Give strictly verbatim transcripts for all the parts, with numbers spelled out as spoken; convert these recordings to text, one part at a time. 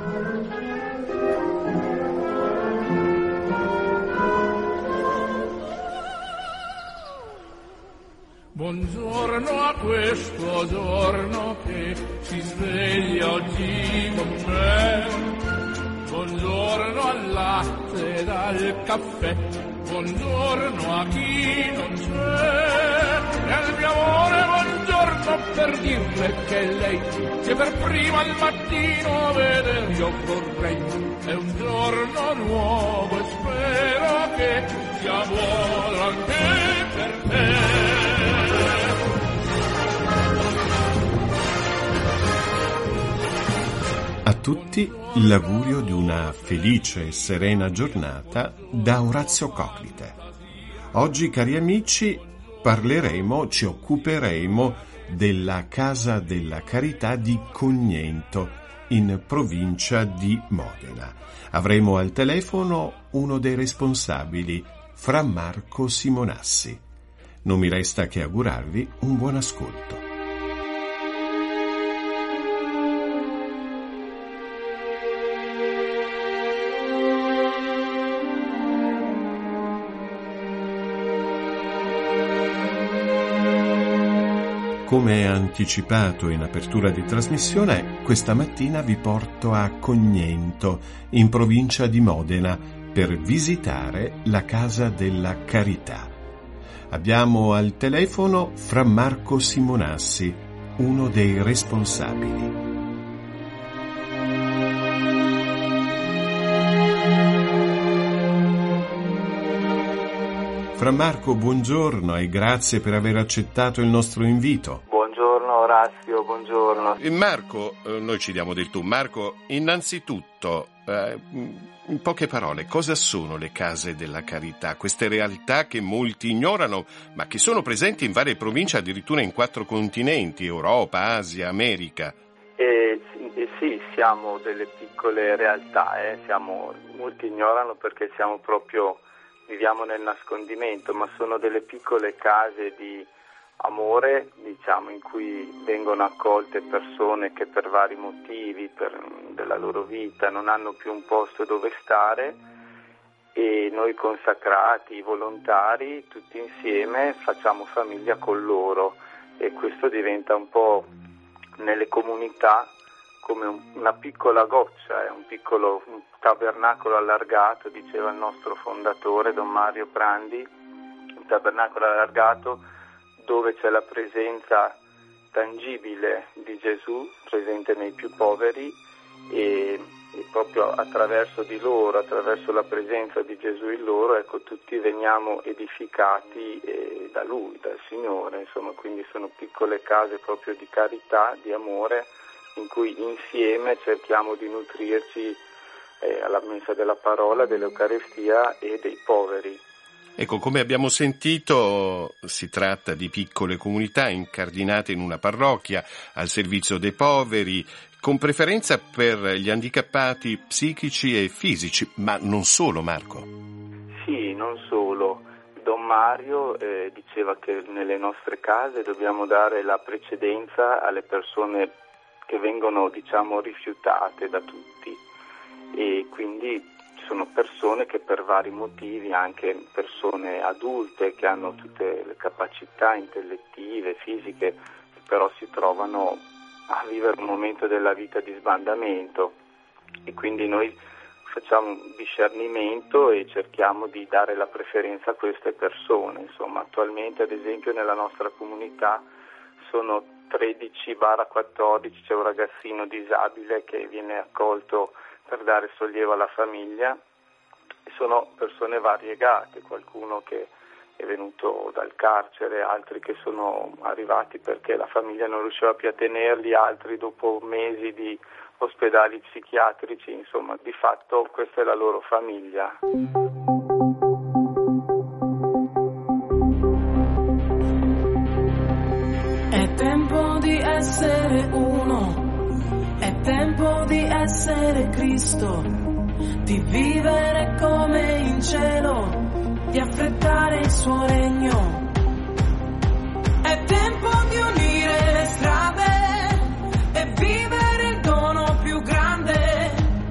Buongiorno a questo giorno che si sveglia oggi con me. Buongiorno al latte e al caffè. Buongiorno a chi non c'è. E al mio amore buongiorno per dirle che lei che per prima al mattino vedere io vorrei. È un giorno nuovo e spero che sia buono anche per te. A tutti l'augurio di una felice e serena giornata da Orazio Coclite. Oggi, cari amici, parleremo, ci occuperemo della Casa della Carità di Cognento, in provincia di Modena. Avremo al telefono uno dei responsabili, Fra Marco Simonassi. Non mi resta che augurarvi un buon ascolto. Come anticipato in apertura di trasmissione, questa mattina vi porto a Cognento, in provincia di Modena, per visitare la Casa della Carità. Abbiamo al telefono Fra Marco Simonassi, uno dei responsabili. Fra Marco, buongiorno e grazie per aver accettato il nostro invito. Buongiorno Orazio, buongiorno. E Marco, eh, noi ci diamo del tu. Marco, innanzitutto, eh, in poche parole, cosa sono le Case della Carità? Queste realtà che molti ignorano, ma che sono presenti in varie province, addirittura in quattro continenti, Europa, Asia, America. Eh, sì, sì, siamo delle piccole realtà, eh. siamo, molti ignorano perché siamo proprio... viviamo nel nascondimento, ma sono delle piccole case di amore, diciamo, in cui vengono accolte persone che per vari motivi per, della loro vita non hanno più un posto dove stare, e noi consacrati, volontari, tutti insieme facciamo famiglia con loro, e questo diventa un po' nelle comunità come un, una piccola goccia, è un piccolo un tabernacolo allargato, diceva il nostro fondatore Don Mario Prandi, un tabernacolo allargato dove c'è la presenza tangibile di Gesù, presente nei più poveri, e, e proprio attraverso di loro, attraverso la presenza di Gesù in loro, ecco, tutti veniamo edificati eh, da Lui, dal Signore, insomma, quindi sono piccole case proprio di carità, di amore, in cui insieme cerchiamo di nutrirci eh, alla mensa della parola, dell'Eucaristia e dei poveri. Ecco, come abbiamo sentito, si tratta di piccole comunità incardinate in una parrocchia al servizio dei poveri, con preferenza per gli handicappati psichici e fisici, ma non solo, Marco. Sì, non solo. Don Mario eh, diceva che nelle nostre case dobbiamo dare la precedenza alle persone che vengono, diciamo, rifiutate da tutti, e quindi sono persone che per vari motivi, anche persone adulte che hanno tutte le capacità intellettive, fisiche, però si trovano a vivere un momento della vita di sbandamento, e quindi noi facciamo un discernimento e cerchiamo di dare la preferenza a queste persone. Insomma, attualmente, ad esempio, nella nostra comunità sono tredici quattordici, c'è un ragazzino disabile che viene accolto per dare sollievo alla famiglia, e sono persone variegate, qualcuno che è venuto dal carcere, altri che sono arrivati perché la famiglia non riusciva più a tenerli, altri dopo mesi di ospedali psichiatrici, insomma, di fatto questa è la loro famiglia. È tempo di essere uno, è tempo di essere Cristo, di vivere come in cielo, di affrettare il suo regno. È tempo di unire le strade e vivere il dono più grande,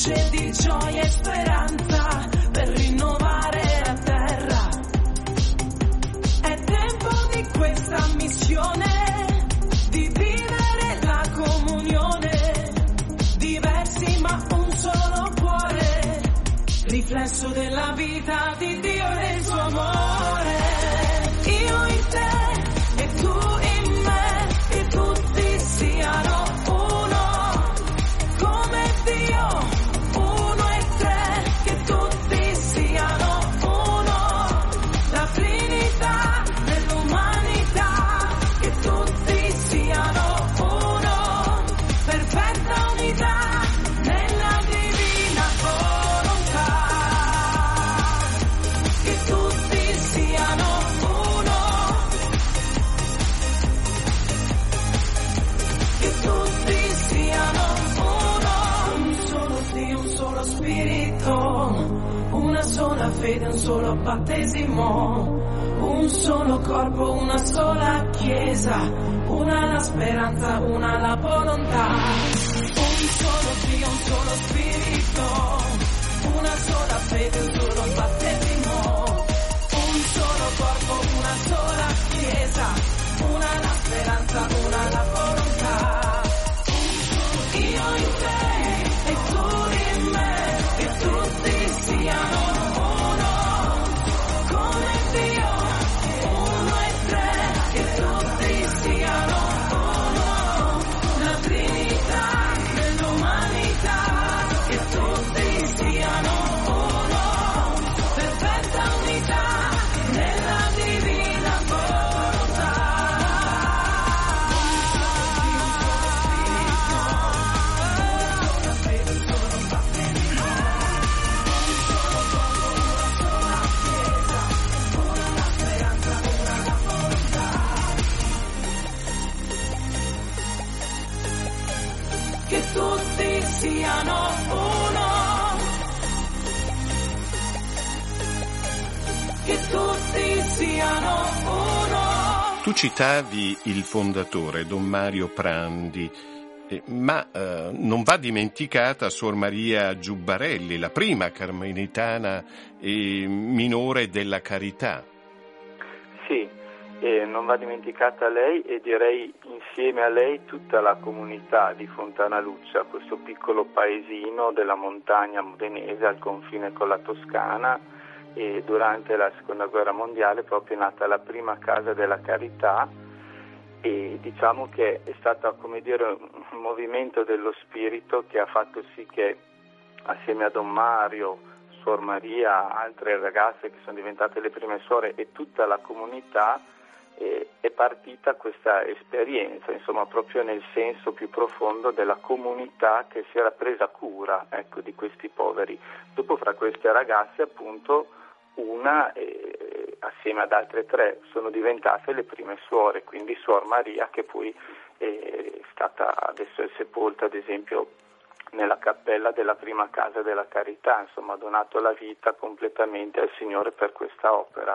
luce di gioia e speranza per rinnovare la terra. È tempo di questa missione, di vivere la comunione, diversi ma un solo cuore, riflesso della vita di Dio e del suo amore. Io in te e tu in me, che tutti siano uno, come Dio, uno e tre, che tutti siano uno, la Trinità nell'umanità, che tutti siano uno, perfetta unità nella divina volontà, che tutti siano uno, che tutti siano uno, un solo Dio, un solo Spirito, una sola fede, un solo battesimo, un solo corpo, una sola Chiesa, una la speranza, una la volontà, un solo Dio, un solo Spirito, una sola fede, un solo battesimo, un solo corpo, una sola Chiesa, una la speranza, una la volontà. Io in te e tu in me, che tutti siano uno, come Dio, uno e tre, che tutti siano uno, la Trinità nell'umanità, che tutti siano uno, perfetta unità nella divina volontà. Che tutti siano uno, che tutti siano uno. Tu citavi il fondatore, Don Mario Prandi, eh, ma eh, non va dimenticata Suor Maria Giubbarelli, la prima carmelitana e minore della Carità. Sì, e non va dimenticata lei e direi insieme a lei tutta la comunità di Fontanaluccia, questo piccolo paesino della montagna modenese al confine con la Toscana, e durante la seconda guerra mondiale proprio è nata la prima casa della carità, e diciamo che è stato, come dire, un movimento dello spirito che ha fatto sì che assieme a Don Mario, Suor Maria, altre ragazze che sono diventate le prime suore e tutta la comunità, è partita questa esperienza, insomma, proprio nel senso più profondo della comunità che si era presa cura, ecco, di questi poveri. Dopo, fra queste ragazze, appunto, una, eh, assieme ad altre tre, sono diventate le prime suore, quindi Suor Maria, che poi è stata, adesso è sepolta, ad esempio, nella cappella della prima casa della carità, insomma, ha donato la vita completamente al Signore per questa opera.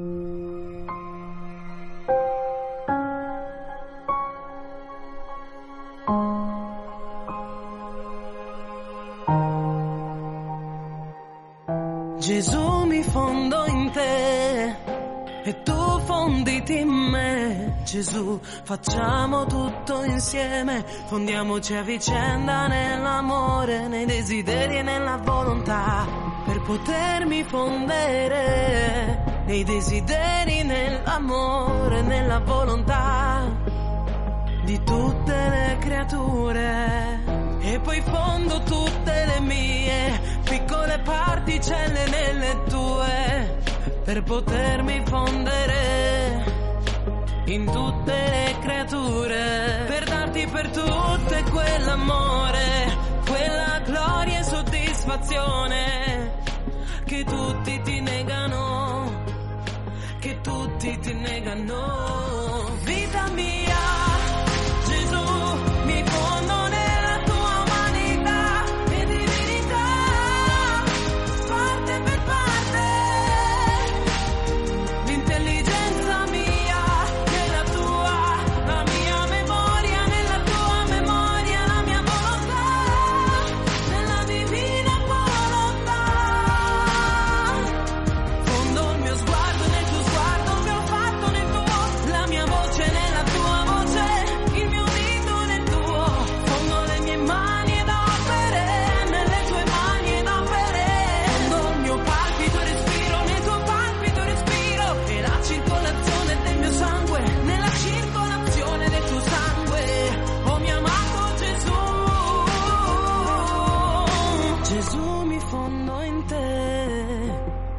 Gesù, mi fondo in te e tu fonditi in me. Gesù, facciamo tutto insieme, fondiamoci a vicenda nell'amore, nei desideri e nella volontà, per potermi fondere nei desideri, nell'amore, nella volontà di tutte le creature. E poi fondo tutte le mie piccole particelle nelle tue, per potermi fondere in tutte le creature, per darti per tutte quell'amore, quella gloria e soddisfazione che tutti ti negano, che tutti ti negano. Vita mia, Gesù, mi fondo nella tua umanità e divinità, parte per parte, l'intelligenza mia nella tua, la mia memoria nella tua memoria, la mia volontà nella divina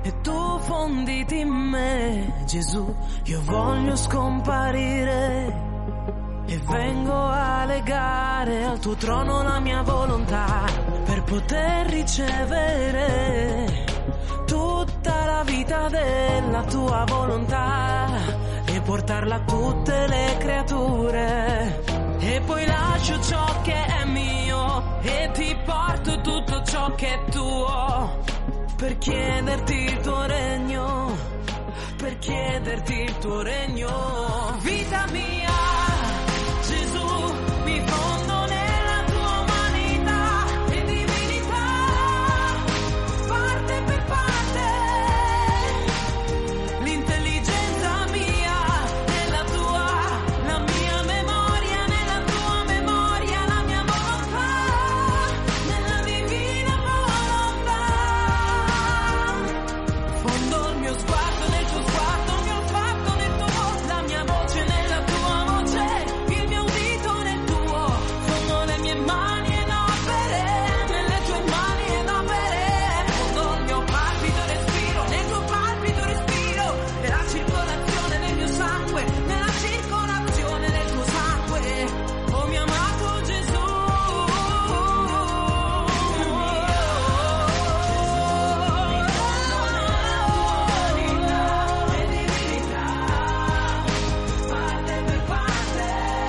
e tu fonditi in me. Gesù, io voglio scomparire e vengo a legare al tuo trono la mia volontà per poter ricevere tutta la vita della tua volontà e portarla a tutte le creature. E poi lascio ciò che è mio e ti porto tutto ciò che è tuo per chiederti il tuo regno, per chiederti il tuo regno. Vita mia, Gesù, mi fondo nella tua umanità e divinità, parte per parte. L'intelligenza mia nella tua, la mia memoria nella tua memoria, la mia volontà nella divina volontà. Fondo il mio sguardo nel tuo sguardo, il mio fatto nel tuo, la mia voce nella tua voce, il mio udito nel tuo. Fondo le mie mani ed opere, nelle tue mani ed opere. Fondo il mio palpito e respiro, nel tuo palpito respiro, e la circolazione del mio sangue, nella circolazione del tuo sangue. Oh mio amato Gesù, e divinità, parte per parte.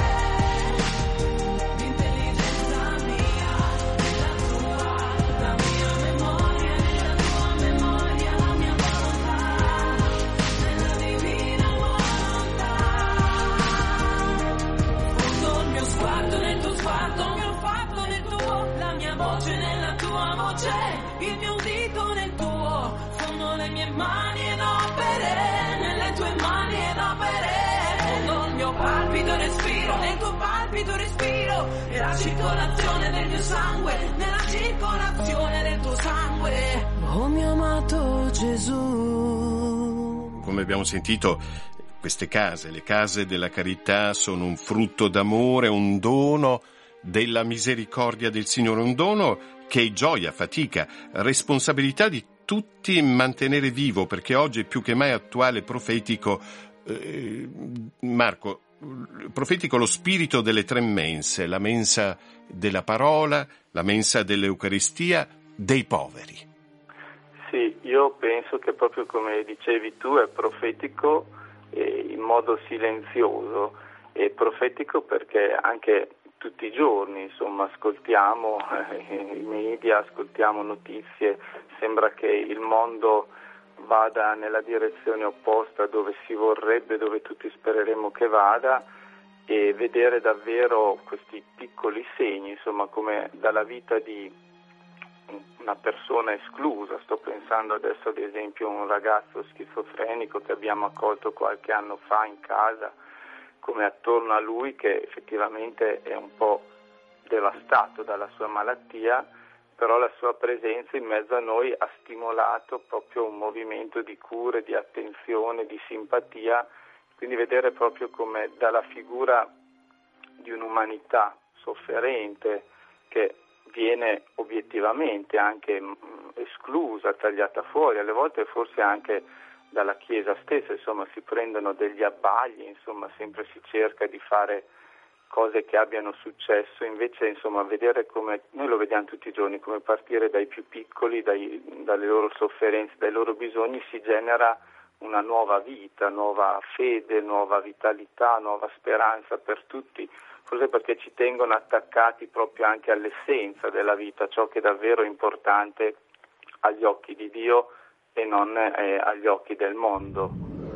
L'intelligenza mia nella tua, la mia memoria nella tua memoria, la mia volontà nella divina volontà. Fondo il mio sguardo nel tuo sguardo, il mio fatto nel tuo, la mia voce nella tua voce, il mio udito nel tuo. Fondo le mie mani ed opere, nelle tue mani ed opere. Fondo il mio palpito e respiro, nel tuo palpito respiro, e la circolazione del mio sangue, nella circolazione del tuo sangue. Oh mio amato Gesù. Come abbiamo sentito, queste case, le case della carità, sono un frutto d'amore, un dono della misericordia del Signore, un dono che è gioia, fatica, responsabilità di tutti mantenere vivo, perché oggi è più che mai attuale, profetico, eh, Marco, profetico lo spirito delle tre mense, la mensa della parola, la mensa dell'Eucaristia, dei poveri. Sì, io penso che proprio come dicevi tu è profetico eh, in modo silenzioso, è profetico perché anche tutti i giorni, insomma, ascoltiamo eh, i media, ascoltiamo notizie, sembra che il mondo vada nella direzione opposta dove si vorrebbe, dove tutti spereremo che vada, e vedere davvero questi piccoli segni, insomma, come dalla vita di una persona esclusa. Sto pensando adesso ad esempio a un ragazzo schizofrenico che abbiamo accolto qualche anno fa in casa, come attorno a lui, che effettivamente è un po' devastato dalla sua malattia, però la sua presenza in mezzo a noi ha stimolato proprio un movimento di cure, di attenzione, di simpatia, quindi vedere proprio come dalla figura di un'umanità sofferente che viene obiettivamente anche mh, esclusa, tagliata fuori, alle volte forse anche dalla Chiesa stessa, insomma si prendono degli abbagli, insomma sempre si cerca di fare cose che abbiano successo, invece insomma vedere come, noi lo vediamo tutti i giorni, come partire dai più piccoli, dai, dalle loro sofferenze, dai loro bisogni si genera una nuova vita, nuova fede, nuova vitalità, nuova speranza per tutti, forse perché ci tengono attaccati proprio anche all'essenza della vita, ciò che è davvero importante agli occhi di Dio e non eh, agli occhi del mondo.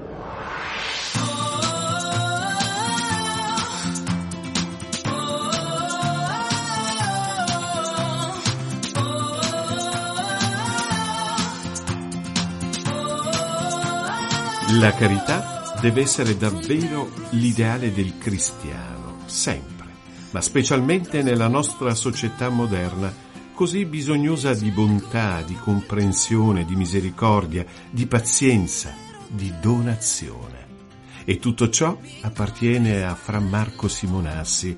La carità deve essere davvero l'ideale del cristiano, sempre, ma specialmente nella nostra società moderna, così bisognosa di bontà, di comprensione, di misericordia, di pazienza, di donazione. E tutto ciò appartiene a Fra Marco Simonassi,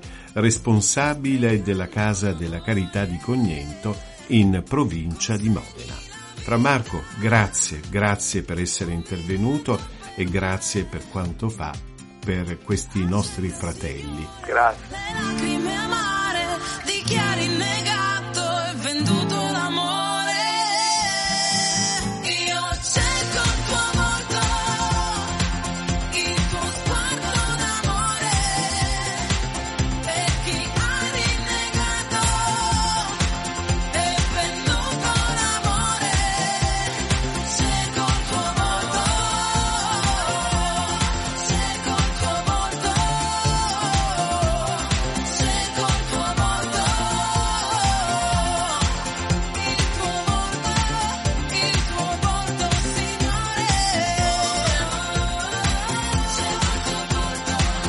responsabile della Casa della Carità di Cognento in provincia di Modena. Fra Marco, grazie, grazie per essere intervenuto e grazie per quanto fa per questi nostri fratelli. Grazie. Le lacrime amare di chi ha rinnegato e venduto l'amore. Io cerco il tuo volto, il tuo sguardo d'amore, per chi ha rinnegato e venduto l'amore. Cerco il tuo volto, cerco il tuo volto, cerco il tuo volto, il tuo volto, il tuo volto, Signore. Cerco il tuo volto.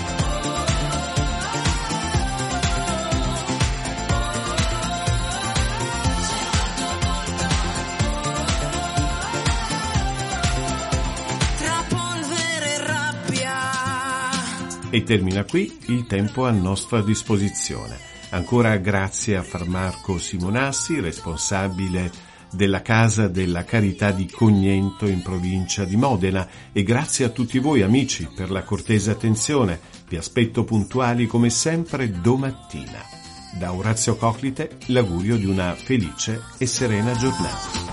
Tra polvere e rabbia. E termina qui il tempo a nostra disposizione. Ancora grazie a Fra Marco Simonassi, responsabile della Casa della Carità di Cognento in provincia di Modena, e grazie a tutti voi amici per la cortese attenzione. Vi aspetto puntuali come sempre domattina. Da Orazio Coclite l'augurio di una felice e serena giornata.